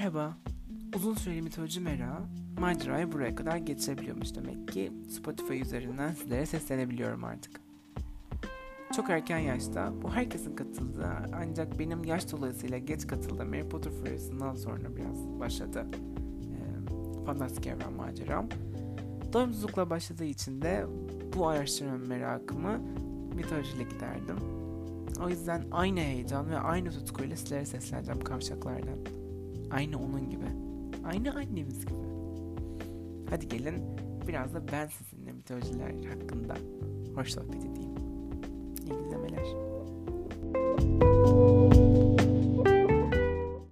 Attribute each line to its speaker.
Speaker 1: Merhaba. Uzun süreli mitoloji merakı macerayı buraya kadar getirebiliyormuş demek ki. Spotify üzerinden sizlere seslenebiliyorum artık. Çok erken yaşta, bu herkesin katıldığı ancak benim yaş dolayısıyla geç katıldığım Harry Potter furyasından sonra biraz başladı. Fantastik evren maceram. Doyumsuzlukla başladığı için de bu araştırma merakımı mitolojiyle giderdim. O yüzden aynı heyecan ve aynı tutkuyla sizlere sesleneceğim kavşaklardan. Aynı onun gibi. Aynı annemiz gibi. Hadi gelin biraz da ben sizinle mitolojiler hakkında hoş sohbet edeyim. İyi izlemeler.